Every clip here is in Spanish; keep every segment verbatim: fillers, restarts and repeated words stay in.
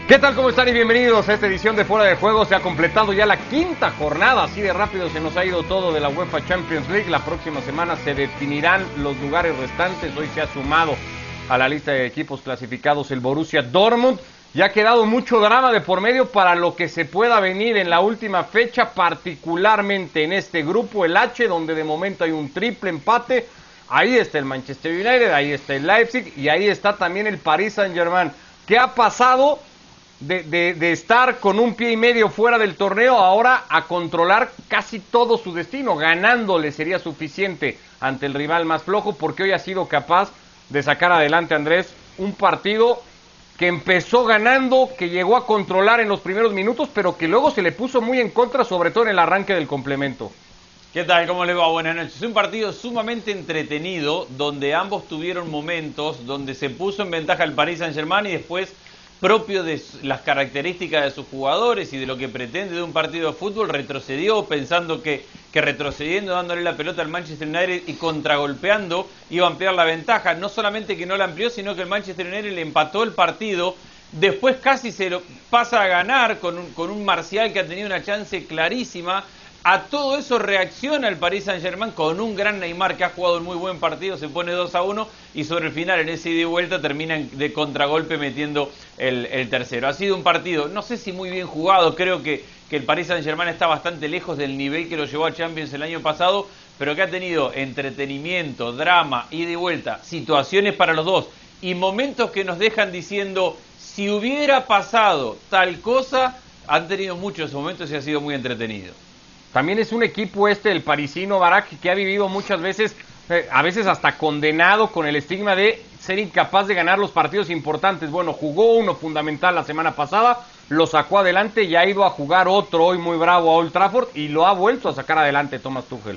¿Qué tal? ¿Cómo están? Y bienvenidos a esta edición de Fuera de Juego. Se ha completado ya la quinta jornada, así de rápido se nos ha ido todo de la UEFA Champions League. La próxima semana se definirán los lugares restantes. Hoy se ha sumado a la lista de equipos clasificados el Borussia Dortmund. Ya ha quedado mucho drama de por medio para lo que se pueda venir en la última fecha, particularmente en este grupo, el H, donde de momento hay un triple empate. Ahí está el Manchester United, ahí está el Leipzig y ahí está también el Paris Saint-Germain. ¿Qué ha pasado de, de, de estar con un pie y medio fuera del torneo ahora a controlar casi todo su destino? Ganándole sería suficiente ante el rival más flojo, porque hoy ha sido capaz de sacar adelante, Andrés, un partido que empezó ganando, que llegó a controlar en los primeros minutos, pero que luego se le puso muy en contra, sobre todo en el arranque del complemento. ¿Qué tal? ¿Cómo les va? Buenas noches. Es un partido sumamente entretenido, donde ambos tuvieron momentos, donde se puso en ventaja el Paris Saint-Germain y después, propio de las características de sus jugadores y de lo que pretende de un partido de fútbol, retrocedió pensando que, que retrocediendo, dándole la pelota al Manchester United y contragolpeando, iba a ampliar la ventaja. No solamente que no la amplió, sino que el Manchester United le empató el partido. Después casi se lo pasa a ganar con un, con un Martial que ha tenido una chance clarísima. A todo eso reacciona el Paris Saint-Germain con un gran Neymar que ha jugado un muy buen partido, se pone dos a uno y sobre el final en ese ida y vuelta terminan de contragolpe metiendo el, el tercero. Ha sido un partido, no sé si muy bien jugado, creo que, que el Paris Saint-Germain está bastante lejos del nivel que lo llevó a Champions el año pasado, pero que ha tenido entretenimiento, drama, ida y vuelta, situaciones para los dos y momentos que nos dejan diciendo, si hubiera pasado tal cosa, han tenido muchos momentos y ha sido muy entretenido. También es un equipo este, el parisino, Barak, que ha vivido muchas veces, eh, a veces hasta condenado con el estigma de ser incapaz de ganar los partidos importantes. Bueno, jugó uno fundamental la semana pasada, lo sacó adelante y ha ido a jugar otro hoy muy bravo a Old Trafford y lo ha vuelto a sacar adelante Thomas Tuchel.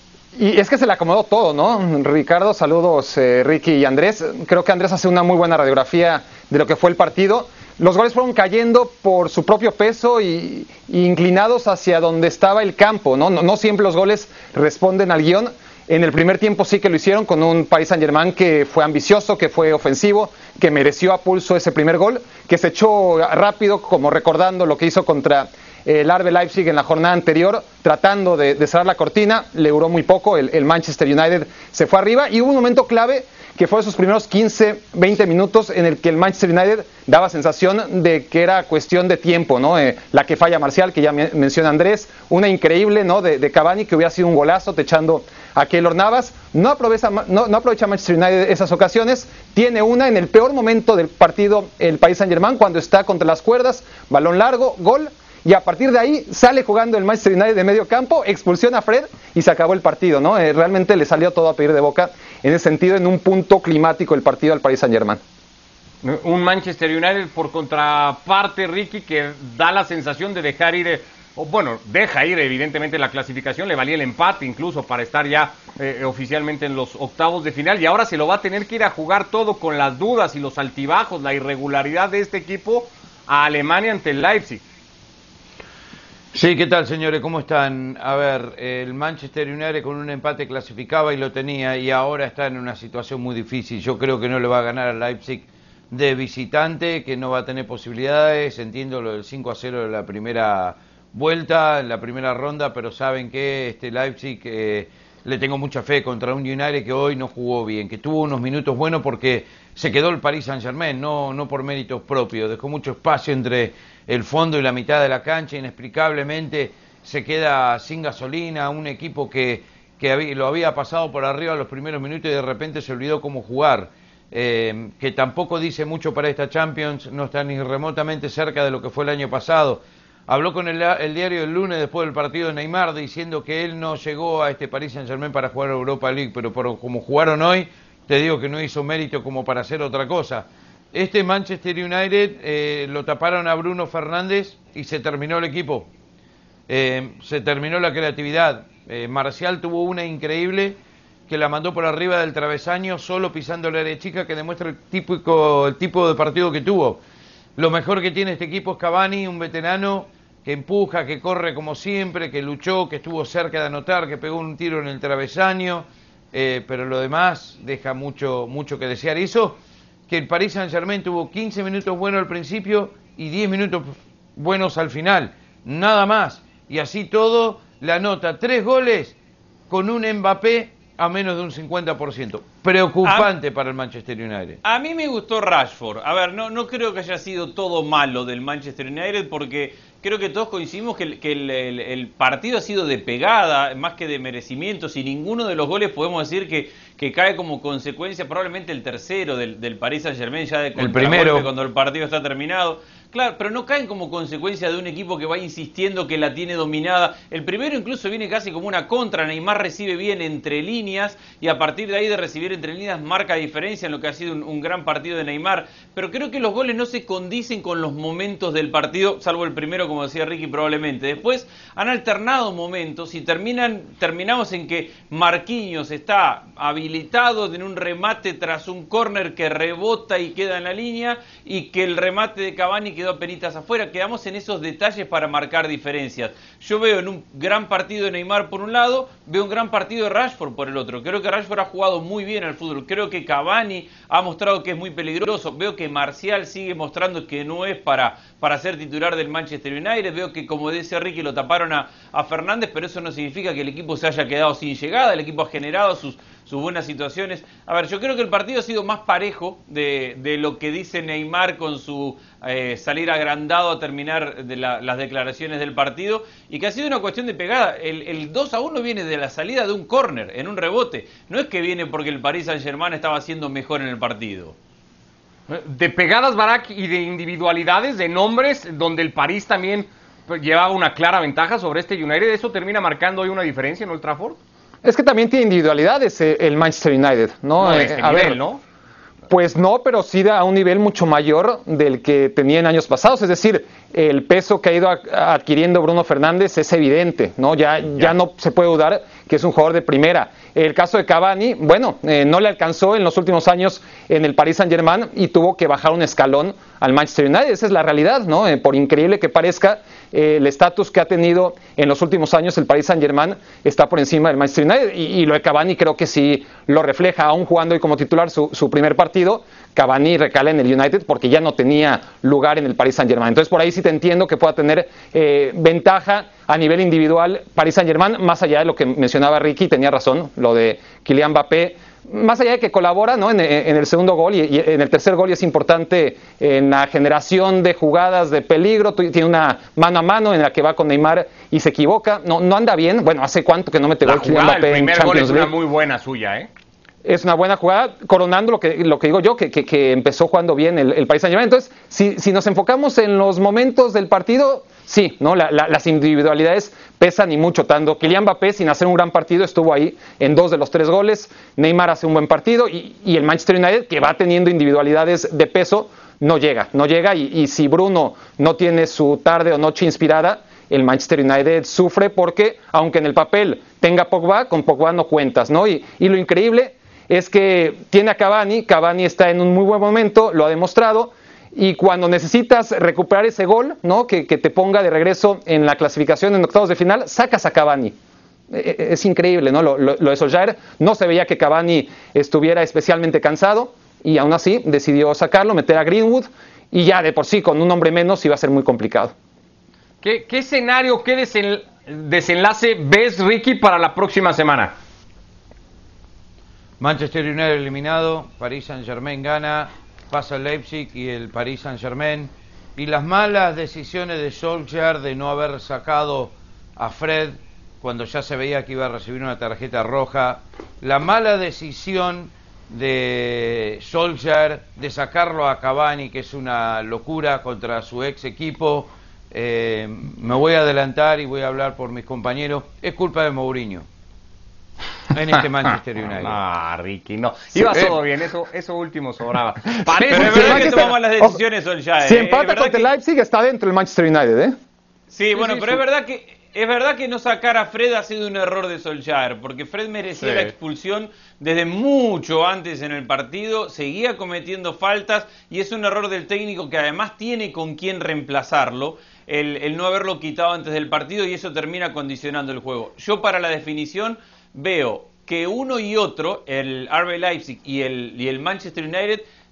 Y es que se le acomodó todo, ¿no? Ricardo, saludos, eh, Ricky y Andrés. Creo que Andrés hace una muy buena radiografía de lo que fue el partido. Los goles fueron cayendo por su propio peso y, y inclinados hacia donde estaba el campo, ¿no? No, no siempre los goles responden al guión. En el primer tiempo sí que lo hicieron con un Paris Saint-Germain que fue ambicioso, que fue ofensivo, que mereció a pulso ese primer gol, que se echó rápido, como recordando lo que hizo contra el R B Leipzig en la jornada anterior, tratando de, de cerrar la cortina. Le duró muy poco, el, el Manchester United se fue arriba y hubo un momento clave que fue esos primeros quince, veinte minutos en el que el Manchester United daba sensación de que era cuestión de tiempo, ¿no? Eh, la que falla Martial, que ya me menciona Andrés, una increíble, ¿no? De, de Cavani, que hubiera sido un golazo techando a Keylor Navas. No aprovecha, no, no aprovecha Manchester United esas ocasiones. Tiene una en el peor momento del partido el Paris Saint-Germain, cuando está contra las cuerdas, balón largo, gol. Y a partir de ahí sale jugando el Manchester United de medio campo, expulsión a Fred y se acabó el partido, ¿no? Eh, realmente le salió todo a pedir de boca en ese sentido, en un punto climático el partido al Paris Saint-Germain. Un Manchester United por contraparte, Ricky, que da la sensación de dejar ir, o bueno, deja ir evidentemente la clasificación, le valía el empate incluso para estar ya eh, oficialmente en los octavos de final y ahora se lo va a tener que ir a jugar todo con las dudas y los altibajos, la irregularidad de este equipo a Alemania ante el Leipzig. Sí, ¿qué tal, señores? ¿Cómo están? A ver, el Manchester United con un empate clasificaba y lo tenía y ahora está en una situación muy difícil. Yo creo que no le va a ganar al Leipzig de visitante, que no va a tener posibilidades. Entiendo lo del cinco a cero de la primera vuelta, en la primera ronda, pero saben que este Leipzig eh, le tengo mucha fe contra un United que hoy no jugó bien, que tuvo unos minutos buenos porque se quedó el Paris Saint-Germain, no, no por méritos propios, dejó mucho espacio entre el fondo y la mitad de la cancha, inexplicablemente se queda sin gasolina, un equipo que, que había, lo había pasado por arriba los primeros minutos y de repente se olvidó cómo jugar, eh, que tampoco dice mucho para esta Champions, no está ni remotamente cerca de lo que fue el año pasado. Habló con el, el diario el lunes después del partido de Neymar diciendo que él no llegó a este Paris Saint-Germain para jugar a Europa League, pero por, como jugaron hoy, te digo que no hizo mérito como para hacer otra cosa. Este Manchester United eh, lo taparon a Bruno Fernández y se terminó el equipo. Eh, se terminó la creatividad. Eh, Martial tuvo una increíble que la mandó por arriba del travesaño solo pisando la área chica, que demuestra el, típico, el tipo de partido que tuvo. Lo mejor que tiene este equipo es Cavani, un veterano que empuja, que corre como siempre, que luchó, que estuvo cerca de anotar, que pegó un tiro en el travesaño, eh, pero lo demás deja mucho, mucho que desear. Eso que el Paris Saint-Germain tuvo quince minutos buenos al principio y diez minutos buenos al final, nada más. Y así todo, la nota tres goles con un Mbappé a menos de un cincuenta por ciento. Preocupante a, para el Manchester United. A mí me gustó Rashford. A ver, no, no creo que haya sido todo malo del Manchester United, porque creo que todos coincidimos que, el, que el, el, el partido ha sido de pegada, más que de merecimiento. Si ninguno de los goles podemos decir que, que cae como consecuencia, probablemente el tercero del, del Paris Saint-Germain, ya de el primero, cuando el partido está terminado. Claro, pero no caen como consecuencia de un equipo que va insistiendo que la tiene dominada. El primero incluso viene casi como una contra. Neymar recibe bien entre líneas y a partir de ahí de recibir entre líneas marca diferencia en lo que ha sido un, un gran partido de Neymar. Pero creo que los goles no se condicen con los momentos del partido, salvo el primero, como decía Ricky, probablemente. Después han alternado momentos y terminan, terminamos en que Marquinhos está habilitado en un remate tras un córner que rebota y queda en la línea, y que el remate de Cavani quedó apenitas afuera. Quedamos en esos detalles para marcar diferencias. Yo veo en un gran partido de Neymar por un lado, veo un gran partido de Rashford por el otro. Creo que Rashford ha jugado muy bien al fútbol. Creo que Cavani ha mostrado que es muy peligroso. Veo que Marcial sigue mostrando que no es para, para ser titular del Manchester United. Veo que, como dice Ricky, lo taparon a, a Fernández, pero eso no significa que el equipo se haya quedado sin llegada. El equipo ha generado sus, sus buenas situaciones. A ver, yo creo que el partido ha sido más parejo de, de lo que dice Neymar con su eh, salir agrandado a terminar de la, las declaraciones del partido, y que ha sido una cuestión de pegada. El, el dos a uno viene de la salida de un córner, en un rebote. No es que viene porque el Paris Saint-Germain estaba haciendo mejor en el partido. De pegadas, Barak, y de individualidades, de nombres, donde el París también llevaba una clara ventaja sobre este United. ¿Eso termina marcando hoy una diferencia en Old Trafford? Es que también tiene individualidades el Manchester United, ¿no? No, de eh, este a nivel, ver, ¿no? Pues no, pero sí a un nivel mucho mayor del que tenía en años pasados. Es decir, el peso que ha ido a, adquiriendo Bruno Fernández es evidente, ¿no? Ya, ya. ya no se puede dudar que es un jugador de primera. El caso de Cavani, bueno, eh, no le alcanzó en los últimos años en el Paris Saint-Germain y tuvo que bajar un escalón al Manchester United. Esa es la realidad, ¿no? Eh, por increíble que parezca, eh, el estatus que ha tenido en los últimos años el Paris Saint-Germain está por encima del Manchester United. Y, y lo de Cavani creo que sí lo refleja, aún jugando hoy como titular su, su primer partido. Cavani recala en el United porque ya no tenía lugar en el Paris Saint-Germain. Entonces por ahí sí te entiendo que pueda tener eh, ventaja a nivel individual Paris Saint-Germain, más allá de lo que mencionaba Ricky, tenía razón, lo de Kylian Mbappé, más allá de que colabora, ¿no? en, en el segundo gol y, y en el tercer gol, y es importante en la generación de jugadas de peligro. Tiene una mano a mano en la que va con Neymar y se equivoca, no, no anda bien. Bueno, ¿hace cuánto que no mete gol Kylian Mbappé en Champions League? El primer gol es una muy buena suya, ¿eh? Es una buena jugada, coronando lo que, lo que digo yo, que, que, que empezó jugando bien el, el Paris Saint-Germain. Entonces, si, si nos enfocamos en los momentos del partido, sí, ¿no? La, la, las individualidades pesan y mucho. Tanto Kylian Mbappé, sin hacer un gran partido, estuvo ahí en dos de los tres goles. Neymar hace un buen partido y, y el Manchester United, que va teniendo individualidades de peso, no llega, no llega. Y, y si Bruno no tiene su tarde o noche inspirada, el Manchester United sufre porque, aunque en el papel tenga Pogba, con Pogba no cuentas, ¿no? Y, y lo increíble es que tiene a Cavani, Cavani está en un muy buen momento, lo ha demostrado, y cuando necesitas recuperar ese gol, ¿no? que, que te ponga de regreso en la clasificación en octavos de final, sacas a Cavani. Es increíble, ¿no? Lo, lo, lo de Solskjaer, no se veía que Cavani estuviera especialmente cansado, y aún así decidió sacarlo, meter a Greenwood, y ya de por sí con un hombre menos iba a ser muy complicado. ¿Qué, qué escenario, qué desen, desenlace ves, Ricky, para la próxima semana? Manchester United eliminado, Paris Saint-Germain gana, pasa el Leipzig y el Paris Saint-Germain. Y las malas decisiones de Solskjaer de no haber sacado a Fred cuando ya se veía que iba a recibir una tarjeta roja. La mala decisión de Solskjaer de sacarlo a Cavani, que es una locura, contra su ex equipo. Eh, me voy a adelantar y voy a hablar por mis compañeros. Es culpa de Mourinho en este Manchester United. Ah, Ricky, no. Iba sí, todo eh. bien, eso, eso último sobraba. Parece Pero es verdad que tomamos las decisiones Solskjaer. Si empata contra que... el Leipzig, está dentro el Manchester United, ¿eh? Sí, bueno, sí, sí, pero sí. es verdad que es verdad que no sacar a Fred ha sido un error de Solskjaer, porque Fred merecía sí. la expulsión desde mucho antes en el partido, seguía cometiendo faltas y es un error del técnico que además tiene con quién reemplazarlo. El, el no haberlo quitado antes del partido, y eso termina condicionando el juego. Yo para la definición veo que uno y otro, el R B Leipzig y el, y el Manchester United,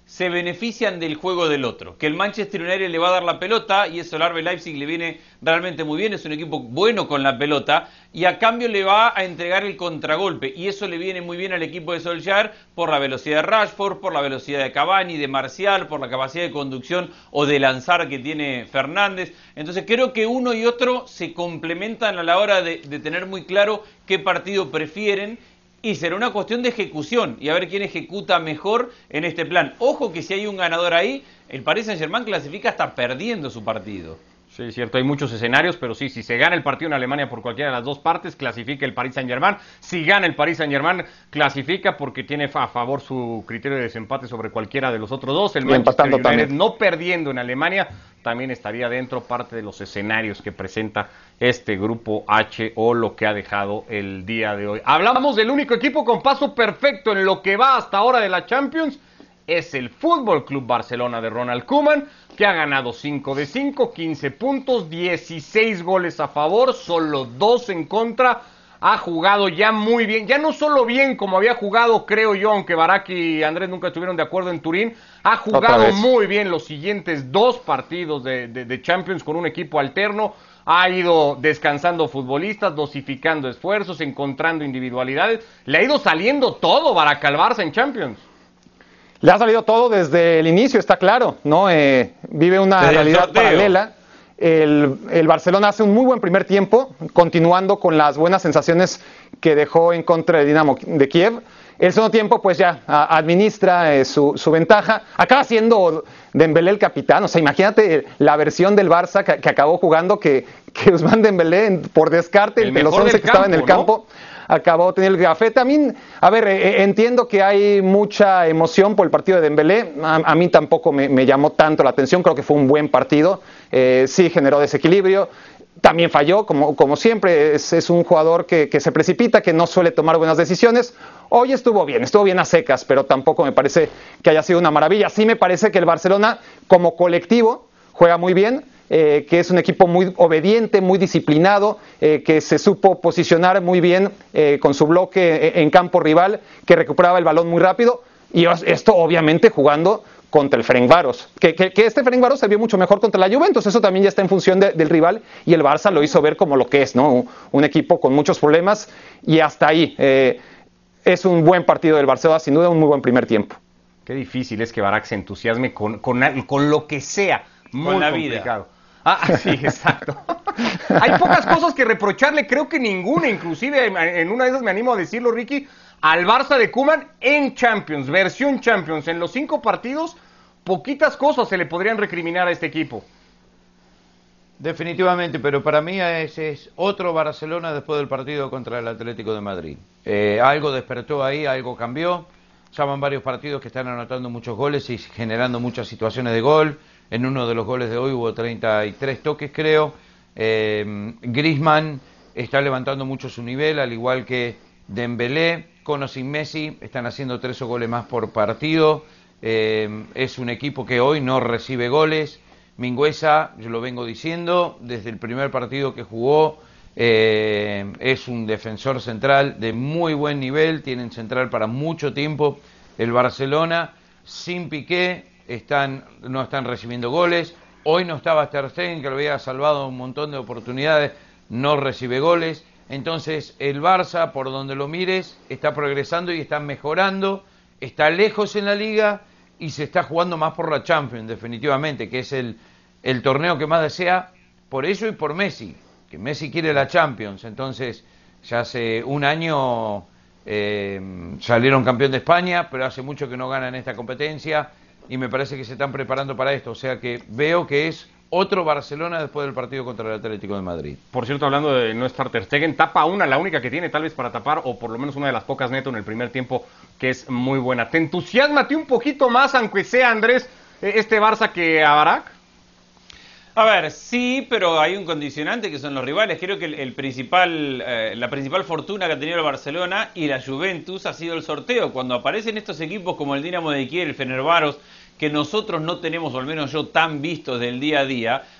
se benefician del juego del otro. Que el Manchester United le va a dar la pelota y eso al R B Leipzig le viene realmente muy bien, es un equipo bueno con la pelota y a cambio le va a entregar el contragolpe y eso le viene muy bien al equipo de Solskjaer por la velocidad de Rashford, por la velocidad de Cavani, de Martial, por la capacidad de conducción o de lanzar que tiene Fernández. Entonces creo que uno y otro se complementan a la hora de, de tener muy claro qué partido prefieren. Y será una cuestión de ejecución y a ver quién ejecuta mejor en este plan. Ojo que si hay un ganador ahí, el Paris Saint-Germain clasifica hasta perdiendo su partido. Sí, es cierto, hay muchos escenarios, pero sí, si se gana el partido en Alemania por cualquiera de las dos partes, clasifica el Paris Saint-Germain. Si gana el Paris Saint-Germain, clasifica porque tiene a favor su criterio de desempate sobre cualquiera de los otros dos. El Manchester United también, no perdiendo en Alemania, también estaría dentro parte de los escenarios que presenta este grupo H o lo que ha dejado el día de hoy. Hablamos del único equipo con paso perfecto en lo que va hasta ahora de la Champions. Es el Fútbol Club Barcelona de Ronald Koeman, que ha ganado cinco de cinco, quince puntos, dieciséis goles a favor, solo dos en contra. Ha jugado ya muy bien, ya no solo bien como había jugado, creo yo, aunque Barak y Andrés nunca estuvieron de acuerdo en Turín. Ha jugado muy bien los siguientes dos partidos de, de, de Champions con un equipo alterno. Ha ido descansando futbolistas, dosificando esfuerzos, encontrando individualidades. Le ha ido saliendo todo Barak al Barça en Champions. Le ha salido todo desde el inicio, está claro, ¿no? Eh, vive una desde realidad paralela. El, el Barcelona hace un muy buen primer tiempo, continuando con las buenas sensaciones que dejó en contra del Dinamo de Kiev. El segundo tiempo, pues ya a, administra eh, su, su ventaja. Acaba siendo Dembélé el capitán. O sea, imagínate la versión del Barça que, que acabó jugando, que, que Ousmane Dembélé, por descarte, el de los once que campo, estaba en el ¿no? campo, acabó teniendo el gafete. A mí, a ver, eh, entiendo que hay mucha emoción por el partido de Dembélé. A, a mí tampoco me, me llamó tanto la atención. Creo que fue un buen partido. Eh, sí generó desequilibrio. También falló, como, como siempre. Es, es un jugador que, que se precipita, que no suele tomar buenas decisiones. Hoy estuvo bien, estuvo bien a secas, pero tampoco me parece que haya sido una maravilla. Sí me parece que el Barcelona, como colectivo, juega muy bien. Eh, que es un equipo muy obediente, muy disciplinado, eh, que se supo posicionar muy bien eh, con su bloque en campo rival, que recuperaba el balón muy rápido, y esto obviamente jugando contra el Ferencváros, que, que, que este Ferencváros se vio mucho mejor contra la Juventus. Eso también ya está en función de, del rival, y el Barça lo hizo ver como lo que es, ¿no? Un, un equipo con muchos problemas, y hasta ahí eh, es un buen partido del Barcelona, sin duda un muy buen primer tiempo. Qué difícil es que Barak se entusiasme con, con, con lo que sea, muy con la complicado. Vida. Ah, sí, exacto. Hay pocas cosas que reprocharle, creo que ninguna, inclusive en una de esas me animo a decirlo, Ricky, al Barça de Koeman en Champions, versión Champions. En los cinco partidos, poquitas cosas se le podrían recriminar a este equipo. Definitivamente, pero para mí es, es otro Barcelona después del partido contra el Atlético de Madrid. Eh, algo despertó ahí, algo cambió. Ya van varios partidos que están anotando muchos goles y generando muchas situaciones de gol. En uno de los goles de hoy hubo treinta y tres toques, creo. Eh, Griezmann está levantando mucho su nivel, al igual que Dembélé. Con o sin Messi, están haciendo tres o goles más por partido. Eh, es un equipo que hoy no recibe goles. Mingueza, yo lo vengo diciendo, desde el primer partido que jugó, eh, es un defensor central de muy buen nivel. Tienen central para mucho tiempo el Barcelona. Sin Piqué, Están, no están recibiendo goles. Hoy no estaba Ter Stegen, que lo había salvado un montón de oportunidades, no recibe goles. Entonces el Barça, por donde lo mires, está progresando y está mejorando, está lejos en la Liga y se está jugando más por la Champions, definitivamente, que es el, el torneo que más desea por ello y por Messi, que Messi quiere la Champions. Entonces ya hace un año eh, salieron campeón de España, pero hace mucho que no ganan esta competencia. Y me parece que se están preparando para esto. O sea que veo que es otro Barcelona después del partido contra el Atlético de Madrid. Por cierto, hablando de no estar Ter Stegen, tapa una, la única que tiene tal vez para tapar, o por lo menos una de las pocas neto en el primer tiempo, que es muy buena. ¿Te entusiasma a ti un poquito más, aunque sea, Andrés, este Barça que a Barak? A ver, sí, pero hay un condicionante que son los rivales. Creo que el, el principal, eh, la principal fortuna que ha tenido el Barcelona y la Juventus ha sido el sorteo. Cuando aparecen estos equipos como el Dinamo de Kiev, el Fenerbahce, que nosotros no tenemos, o al menos yo, tan vistos del día a día,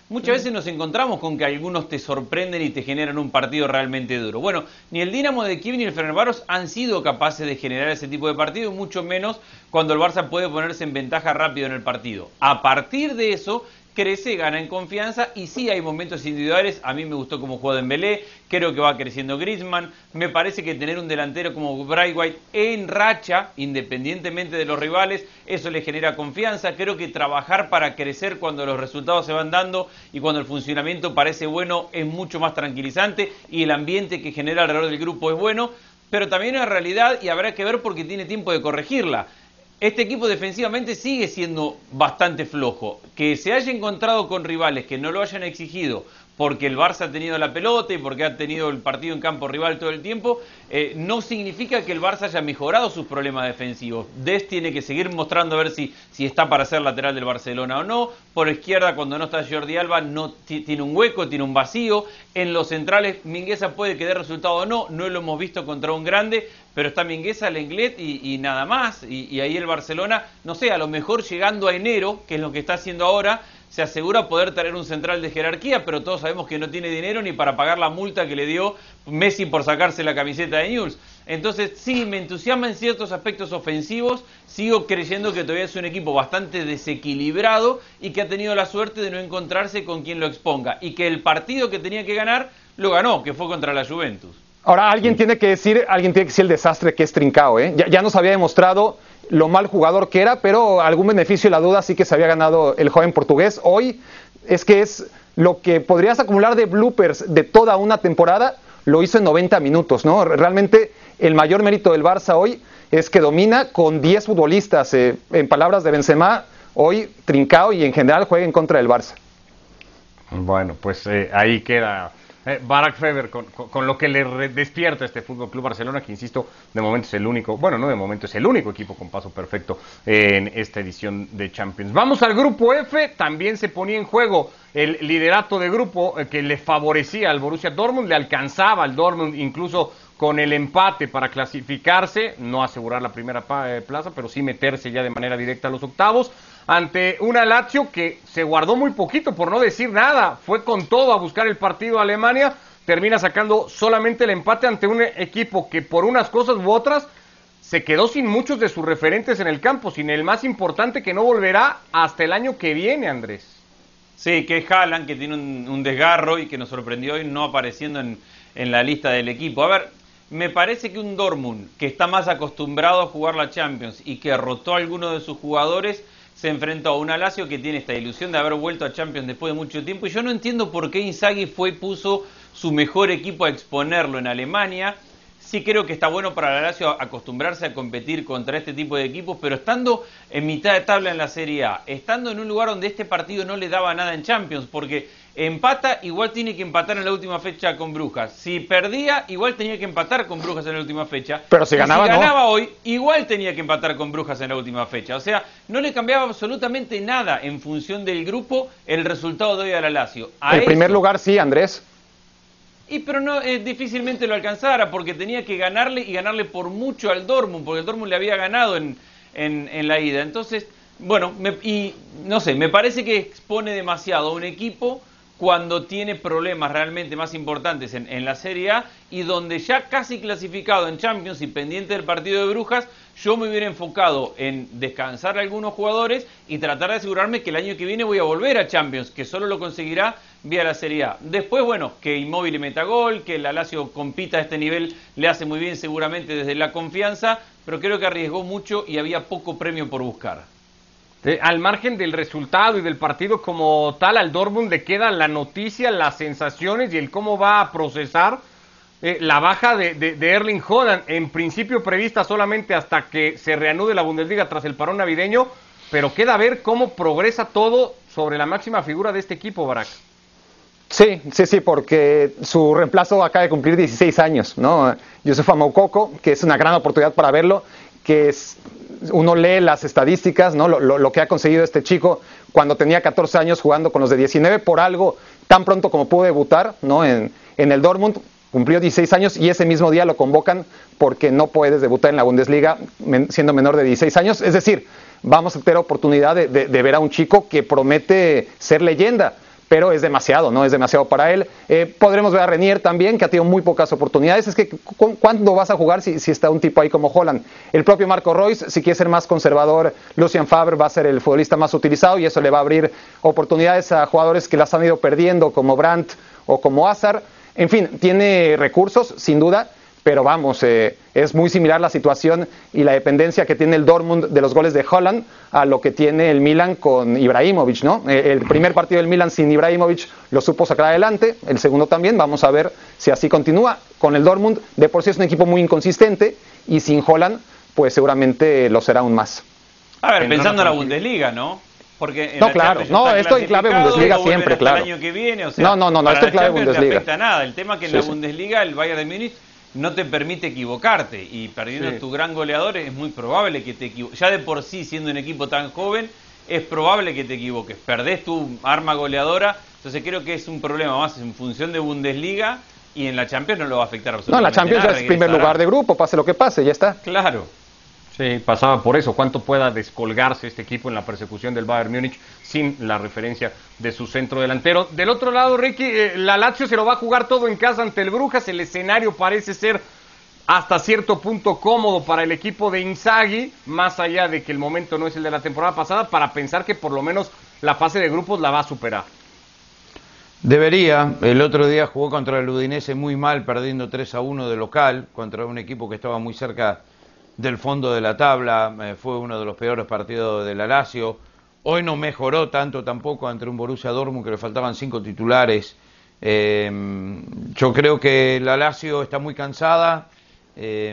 muchas veces nos encontramos con que algunos te sorprenden y te generan un partido realmente duro. Bueno, ni el Dinamo de Kiev ni el Fenerbahce han sido capaces de generar ese tipo de partido, y mucho menos cuando el Barça puede ponerse en ventaja rápido en el partido. A partir de eso, crece, gana en confianza, y sí hay momentos individuales. A mí me gustó cómo jugó Dembélé, creo que va creciendo Griezmann. Me parece que tener un delantero como Braithwaite en racha, independientemente de los rivales, eso le genera confianza. Creo que trabajar para crecer cuando los resultados se van dando y cuando el funcionamiento parece bueno es mucho más tranquilizante, y el ambiente que genera alrededor del grupo es bueno, pero también es realidad y habrá que ver porque tiene tiempo de corregirla. Este equipo defensivamente sigue siendo bastante flojo. Que se haya encontrado con rivales que no lo hayan exigido porque el Barça ha tenido la pelota y porque ha tenido el partido en campo rival todo el tiempo, eh, no significa que el Barça haya mejorado sus problemas defensivos. Dest tiene que seguir mostrando a ver si, si está para ser lateral del Barcelona o no. Por izquierda, cuando no está Jordi Alba, no tiene un hueco, tiene un vacío. En los centrales, Mingueza puede que dé resultado o no, no lo hemos visto contra un grande, pero está Mingueza, Lenglet y, y nada más. Y, y ahí el Barcelona, no sé, a lo mejor llegando a enero, que es lo que está haciendo ahora, se asegura poder traer un central de jerarquía, pero todos sabemos que no tiene dinero ni para pagar la multa que le dio Messi por sacarse la camiseta de Newell's. Entonces, sí, me entusiasma en ciertos aspectos ofensivos. Sigo creyendo que todavía es un equipo bastante desequilibrado y que ha tenido la suerte de no encontrarse con quien lo exponga. Y que el partido que tenía que ganar, lo ganó, que fue contra la Juventus. Ahora, alguien tiene que decir, alguien tiene que decir el desastre que es Trincao, ¿eh? Ya, ya nos había demostrado lo mal jugador que era, pero algún beneficio de la duda sí que se había ganado el joven portugués. Hoy es que es lo que podrías acumular de bloopers de toda una temporada, lo hizo en noventa minutos, ¿no? Realmente el mayor mérito del Barça hoy es que domina con diez futbolistas. Eh, en palabras de Benzema, hoy Trincao y en general juega en contra del Barça. Bueno, pues eh, ahí queda eh, Barak Feber con, con, con lo que le re- despierta este Fútbol Club Barcelona, que insisto, de momento es el único, bueno, no de momento, es el único equipo con paso perfecto eh, en esta edición de Champions. Vamos al grupo F, también se ponía en juego el liderato de grupo eh, que le favorecía al Borussia Dortmund, le alcanzaba al Dortmund incluso con el empate para clasificarse, no asegurar la primera pa- eh, plaza, pero sí meterse ya de manera directa a los octavos, ante una Lazio que se guardó muy poquito, por no decir nada, fue con todo a buscar el partido a Alemania, termina sacando solamente el empate ante un equipo que por unas cosas u otras se quedó sin muchos de sus referentes en el campo, sin el más importante que no volverá hasta el año que viene, Andrés. Sí, que es Haaland, que tiene un, un desgarro y que nos sorprendió hoy no apareciendo en, en la lista del equipo. A ver, me parece que un Dortmund que está más acostumbrado a jugar la Champions y que rotó a algunos de sus jugadores, se enfrentó a una Lazio que tiene esta ilusión de haber vuelto a Champions después de mucho tiempo, y yo no entiendo por qué Inzaghi fue y puso su mejor equipo a exponerlo en Alemania. Sí creo que está bueno para la Lazio acostumbrarse a competir contra este tipo de equipos, pero estando en mitad de tabla en la Serie A, estando en un lugar donde este partido no le daba nada en Champions, porque empata, igual tiene que empatar en la última fecha con Brujas. Si perdía, igual tenía que empatar con Brujas en la última fecha. Pero si ganaba, y si ganaba no. hoy, igual tenía que empatar con Brujas en la última fecha. O sea, no le cambiaba absolutamente nada en función del grupo el resultado de hoy a la Lazio. A el eso, primer lugar sí, Andrés. Y pero no eh, difícilmente lo alcanzara, porque tenía que ganarle y ganarle por mucho al Dortmund, porque el Dortmund le había ganado en, en, en la ida. Entonces, bueno, me, y no sé, me parece que expone demasiado a un equipo cuando tiene problemas realmente más importantes en, en la Serie A, y donde ya casi clasificado en Champions y pendiente del partido de Brujas, yo me hubiera enfocado en descansar a algunos jugadores y tratar de asegurarme que el año que viene voy a volver a Champions, que solo lo conseguirá vía la Serie A. Después, bueno, que Immobile meta gol, que la Lazio compita a este nivel, le hace muy bien seguramente desde la confianza, pero creo que arriesgó mucho y había poco premio por buscar. Eh, al margen del resultado y del partido como tal, al Dortmund le queda la noticia, las sensaciones y el cómo va a procesar eh, la baja de, de, de Erling Haaland, en principio prevista solamente hasta que se reanude la Bundesliga tras el parón navideño, pero queda a ver cómo progresa todo sobre la máxima figura de este equipo, Barak. Sí, sí, sí, porque su reemplazo acaba de cumplir dieciséis años, ¿no? Youssoufa Moukoko, que es una gran oportunidad para verlo, que es, uno lee las estadísticas, ¿no? Lo, lo, lo que ha conseguido este chico cuando tenía catorce años jugando con los de diecinueve, por algo tan pronto como pudo debutar, ¿no? En, en el Dortmund, cumplió dieciséis años y ese mismo día lo convocan porque no puedes debutar en la Bundesliga men, siendo menor de dieciséis años. Es decir, vamos a tener oportunidad de, de, de ver a un chico que promete ser leyenda. pero es demasiado, ¿no? Es demasiado para él. Eh, podremos ver a Renier también, que ha tenido muy pocas oportunidades. Es que, ¿cuándo vas a jugar si, si está un tipo ahí como Haaland? El propio Marco Reus, si quiere ser más conservador, Lucien Favre va a ser el futbolista más utilizado y eso le va a abrir oportunidades a jugadores que las han ido perdiendo, como Brandt o como Hazard. En fin, tiene recursos, sin duda, pero vamos, eh, es muy similar la situación y la dependencia que tiene el Dortmund de los goles de Haaland a lo que tiene el Milan con Ibrahimovic, ¿no? Eh, el primer partido del Milan sin Ibrahimovic lo supo sacar adelante, el segundo también, vamos a ver si así continúa. Con el Dortmund, de por sí es un equipo muy inconsistente y sin Haaland, pues seguramente lo será aún más. A ver, pensando en la Bundesliga, ¿no? Porque en no, la claro, no, esto en clave Bundesliga siempre, claro. El año que viene, o sea, no, no, no, no esto en clave Bundesliga. No afecta nada. El tema es que en sí, la sí. Bundesliga el Bayern de Múnich no te permite equivocarte y perdiendo sí. tu gran goleador es muy probable que te equivoques. Ya de por sí, siendo un equipo tan joven, es probable que te equivoques. Perdés tu arma goleadora, entonces creo que es un problema más en función de Bundesliga y en la Champions no lo va a afectar absolutamente nada. No, la Champions nada, ya es primer lugar de grupo, pase lo que pase, ya está. Claro. Sí, pasaba por eso. ¿Cuánto pueda descolgarse este equipo en la persecución del Bayern Múnich sin la referencia de su centro delantero? Del otro lado, Ricky, eh, la Lazio se lo va a jugar todo en casa ante el Brujas. El escenario parece ser hasta cierto punto cómodo para el equipo de Inzaghi, más allá de que el momento no es el de la temporada pasada, para pensar que por lo menos la fase de grupos la va a superar. Debería. El otro día jugó contra el Udinese muy mal, perdiendo tres a uno de local, contra un equipo que estaba muy cerca del fondo de la tabla. Eh, fue uno de los peores partidos de la Lazio. Hoy no mejoró tanto tampoco ante un Borussia Dortmund que le faltaban cinco titulares. Eh, yo creo que la Lazio está muy cansada. Eh,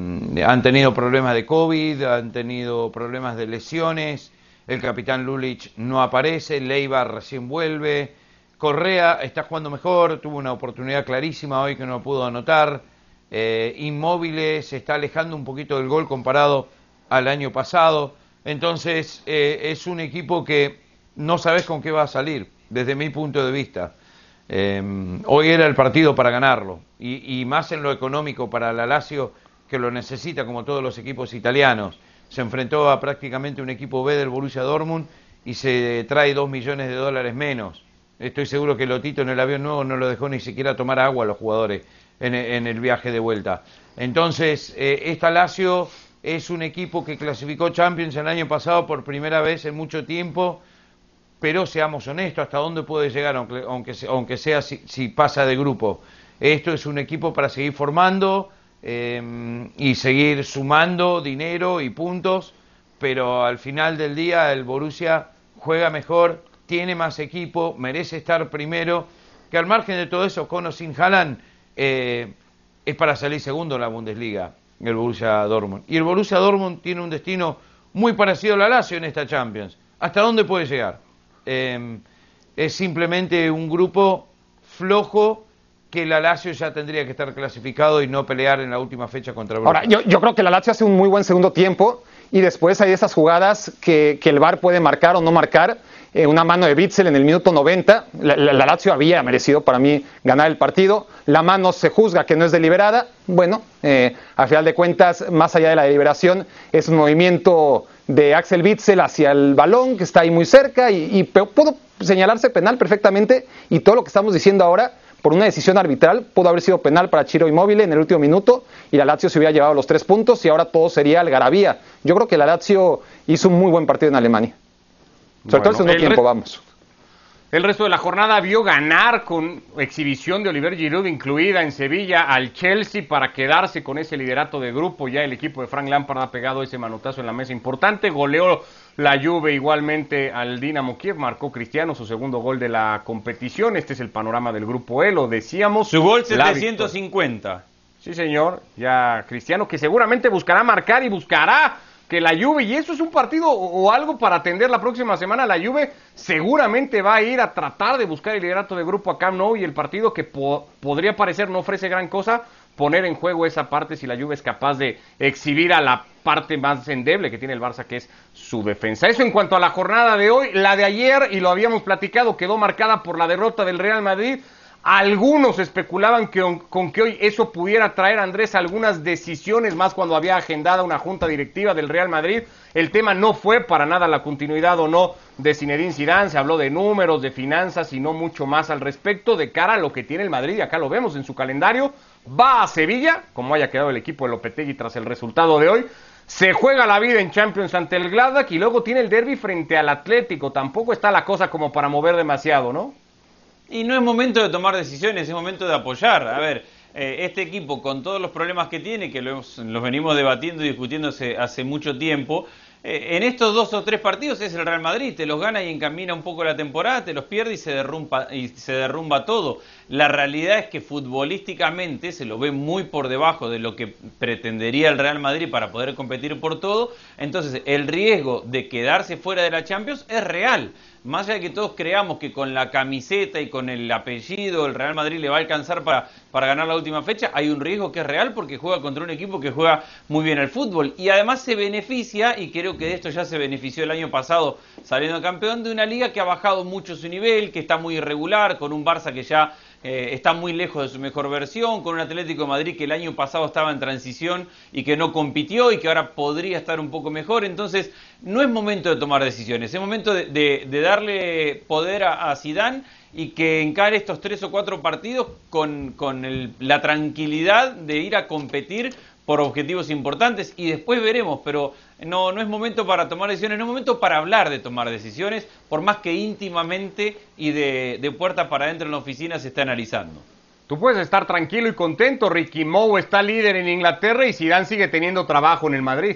han tenido problemas de COVID, han tenido problemas de lesiones. El capitán Lulic no aparece, Leiva recién vuelve. Correa está jugando mejor, tuvo una oportunidad clarísima hoy que no pudo anotar. Eh, Inmóvil se está alejando un poquito del gol comparado al año pasado. Entonces eh, es un equipo que no sabes con qué va a salir, desde mi punto de vista. Eh, hoy era el partido para ganarlo, y, y más en lo económico para la Lazio, que lo necesita como todos los equipos italianos. Se enfrentó a prácticamente un equipo B del Borussia Dortmund y se trae dos millones de dólares menos. Estoy seguro que Lotito en el avión nuevo no lo dejó ni siquiera tomar agua a los jugadores en, en el viaje de vuelta. Entonces, eh, esta Lazio es un equipo que clasificó Champions el año pasado por primera vez en mucho tiempo, pero seamos honestos, ¿hasta dónde puede llegar aunque, aunque, aunque sea si, si pasa de grupo? Esto es un equipo para seguir formando eh, y seguir sumando dinero y puntos, pero al final del día el Borussia juega mejor, tiene más equipo, merece estar primero, que al margen de todo eso, con o sin Haaland, eh, es para salir segundo en la Bundesliga, el Borussia Dortmund. Y el Borussia Dortmund tiene un destino muy parecido a la Lazio en esta Champions. ¿Hasta dónde puede llegar? Eh, es simplemente un grupo flojo que la Lazio ya tendría que estar clasificado y no pelear en la última fecha contra el Borussia. Ahora, yo, yo creo que la Lazio hace un muy buen segundo tiempo y después hay esas jugadas que, que el V A R puede marcar o no marcar. Eh, una mano de Witzel en el minuto noventa, la, la, la Lazio había merecido para mí ganar el partido, la mano se juzga que no es deliberada, bueno, eh, a final de cuentas, más allá de la deliberación, es un movimiento de Axel Witzel hacia el balón que está ahí muy cerca y, y pudo señalarse penal perfectamente, y todo lo que estamos diciendo ahora, por una decisión arbitral, pudo haber sido penal para Ciro Immobile en el último minuto y la Lazio se hubiera llevado los tres puntos y ahora todo sería algarabía. Yo creo que la Lazio hizo un muy buen partido en Alemania. Sobre bueno, todo el segundo el tiempo, vamos. El resto de la jornada vio ganar con exhibición de Oliver Giroud incluida en Sevilla al Chelsea para quedarse con ese liderato de grupo. Ya el equipo de Frank Lampard ha pegado ese manotazo en la mesa importante. Goleó la Juve igualmente al Dinamo Kiev. Marcó Cristiano su segundo gol de la competición. Este es el panorama del grupo E, lo decíamos. Su gol setecientos cincuenta. Sí, señor. Ya Cristiano, que seguramente buscará marcar y buscará que la Juve, y eso es un partido o, o algo para atender la próxima semana, la Juve seguramente va a ir a tratar de buscar el liderato de grupo a Camp Nou, y el partido que po podría parecer no ofrece gran cosa, poner en juego esa parte si la Juve es capaz de exhibir a la parte más endeble que tiene el Barça, que es su defensa. Eso en cuanto a la jornada de hoy. La de ayer, y lo habíamos platicado, quedó marcada por la derrota del Real Madrid Algunos especulaban que on, con que hoy eso pudiera traer, Andrés, algunas decisiones más cuando había agendada una junta directiva del Real Madrid. El tema no fue para nada la continuidad o no de Zinedine Zidane, se habló de números, de finanzas y no mucho más al respecto de cara a lo que tiene el Madrid, y acá lo vemos en su calendario. Va a Sevilla, como haya quedado el equipo de Lopetegui tras el resultado de hoy. Se juega la vida en Champions ante el Gladbach y luego tiene el derbi frente al Atlético. Tampoco está la cosa como para mover demasiado, ¿no? Y no es momento de tomar decisiones, es momento de apoyar. A ver, eh, este equipo con todos los problemas que tiene, que los, los venimos debatiendo y discutiendo hace, hace mucho tiempo, eh, en estos dos o tres partidos es el Real Madrid, te los gana y encamina un poco la temporada, te los pierde y se derrumba, y se derrumba todo. La realidad es que futbolísticamente se lo ve muy por debajo de lo que pretendería el Real Madrid para poder competir por todo, entonces el riesgo de quedarse fuera de la Champions es real. Más allá de que todos creamos que con la camiseta y con el apellido el Real Madrid le va a alcanzar para, para ganar la última fecha, hay un riesgo que es real porque juega contra un equipo que juega muy bien al fútbol. Y además se beneficia, y creo que de esto ya se benefició el año pasado saliendo campeón, de una liga que ha bajado mucho su nivel, que está muy irregular, con un Barça que ya eh, está muy lejos de su mejor versión, con un Atlético de Madrid que el año pasado estaba en transición y que no compitió y que ahora podría estar un poco mejor. Entonces no es momento de tomar decisiones, es momento de, de, de darle poder a, a Zidane y que encare estos tres o cuatro partidos con, con el, la tranquilidad de ir a competir por objetivos importantes y después veremos, pero no, no es momento para tomar decisiones, no es momento para hablar de tomar decisiones, por más que íntimamente y de, de puertas para adentro en la oficina se está analizando. Tú puedes estar tranquilo y contento, Ricky. Mou está líder en Inglaterra y Zidane sigue teniendo trabajo en el Madrid.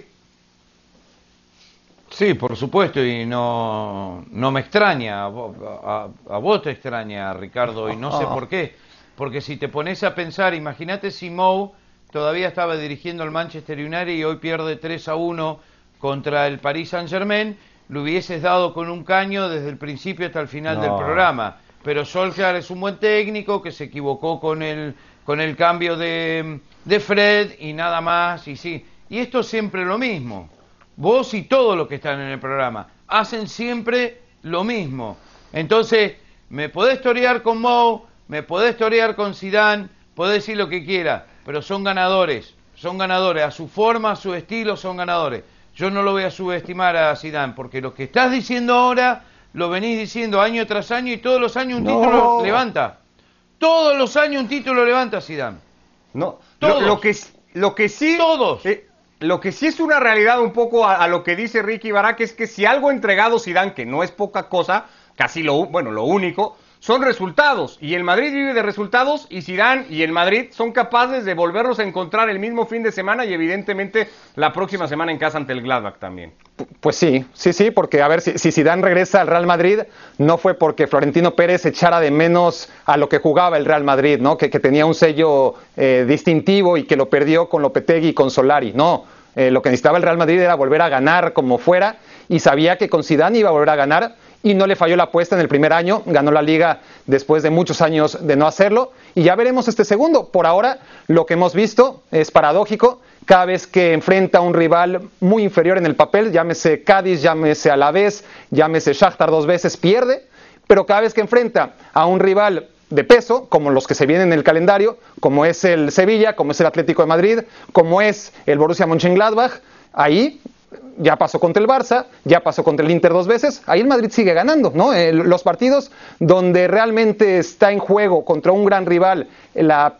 Sí, por supuesto, y no, no me extraña, a vos, a, a vos te extraña, Ricardo, y no sé por qué, porque si te pones a pensar, imagínate si Mou todavía estaba dirigiendo al Manchester United y hoy pierde tres a uno contra el Paris Saint-Germain, lo hubieses dado con un caño desde el principio hasta el final no. del programa. Pero Solskjaer es un buen técnico que se equivocó con el, con el cambio de, de Fred y nada más, y sí. Y esto es siempre lo mismo. Vos y todos los que están en el programa hacen siempre lo mismo. Entonces, me podés torear con Mou, me podés torear con Zidane, podés decir lo que quiera, pero son ganadores, son ganadores, a su forma, a su estilo son ganadores. Yo no lo voy a subestimar a Zidane, porque lo que estás diciendo ahora, lo venís diciendo año tras año y todos los años un no. título levanta. Todos los años un título levanta Zidane. No, todos. Lo, lo, que, lo que sí... Todos. Eh, lo que sí es una realidad un poco a, a lo que dice Ricky Barak es que si algo ha entregado Zidane, que no es poca cosa, casi lo, bueno, lo único, son resultados, y el Madrid vive de resultados, y Zidane y el Madrid son capaces de volverlos a encontrar el mismo fin de semana y evidentemente la próxima semana en casa ante el Gladbach también. Pues sí, sí, sí, porque a ver, si, si Zidane regresa al Real Madrid, no fue porque Florentino Pérez echara de menos a lo que jugaba el Real Madrid, ¿no? Que, que tenía un sello eh, distintivo y que lo perdió con Lopetegui y con Solari, no. Eh, lo que necesitaba el Real Madrid era volver a ganar como fuera, y sabía que con Zidane iba a volver a ganar, y no le falló la apuesta en el primer año, ganó la Liga después de muchos años de no hacerlo, y ya veremos este segundo. Por ahora, lo que hemos visto es paradójico, cada vez que enfrenta a un rival muy inferior en el papel, llámese Cádiz, llámese Alavés, llámese Shakhtar dos veces, pierde, pero cada vez que enfrenta a un rival de peso, como los que se vienen en el calendario, como es el Sevilla, como es el Atlético de Madrid, como es el Borussia Mönchengladbach, ahí ya pasó contra el Barça, ya pasó contra el Inter dos veces, ahí el Madrid sigue ganando, ¿no? Eh, los partidos donde realmente está en juego contra un gran rival, la,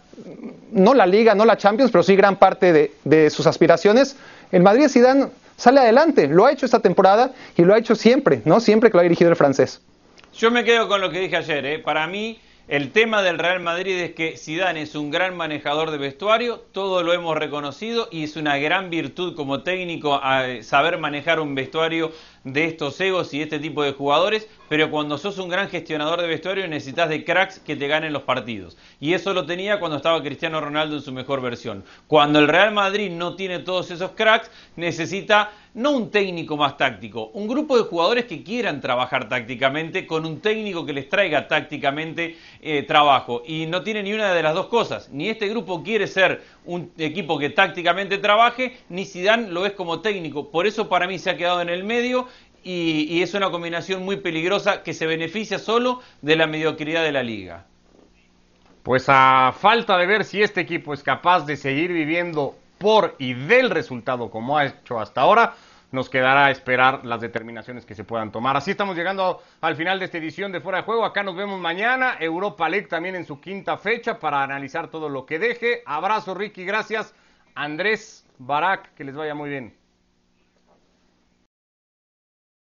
no la Liga, no la Champions, pero sí gran parte de, de sus aspiraciones, el Madrid Zidane sale adelante, lo ha hecho esta temporada y lo ha hecho siempre, ¿no? Siempre que lo ha dirigido el francés. Yo me quedo con lo que dije ayer, ¿eh? Para mí el tema del Real Madrid es que Zidane es un gran manejador de vestuario, todo lo hemos reconocido y es una gran virtud como técnico a saber manejar un vestuario de estos egos y este tipo de jugadores, pero cuando sos un gran gestionador de vestuario necesitas de cracks que te ganen los partidos. Y eso lo tenía cuando estaba Cristiano Ronaldo en su mejor versión. Cuando el Real Madrid no tiene todos esos cracks, necesita no un técnico más táctico, un grupo de jugadores que quieran trabajar tácticamente con un técnico que les traiga tácticamente eh, trabajo. Y no tiene ni una de las dos cosas. Ni este grupo quiere ser un equipo que tácticamente trabaje, ni Zidane lo es como técnico. Por eso para mí se ha quedado en el medio y, y es una combinación muy peligrosa que se beneficia solo de la mediocridad de la liga. Pues a falta de ver si este equipo es capaz de seguir viviendo por y del resultado como ha hecho hasta ahora, nos quedará esperar las determinaciones que se puedan tomar. Así estamos llegando al final de esta edición de Fuera de Juego. Acá nos vemos mañana. Europa League también en su quinta fecha para analizar todo lo que deje. Abrazo, Ricky, gracias. Andrés, Barak, que les vaya muy bien.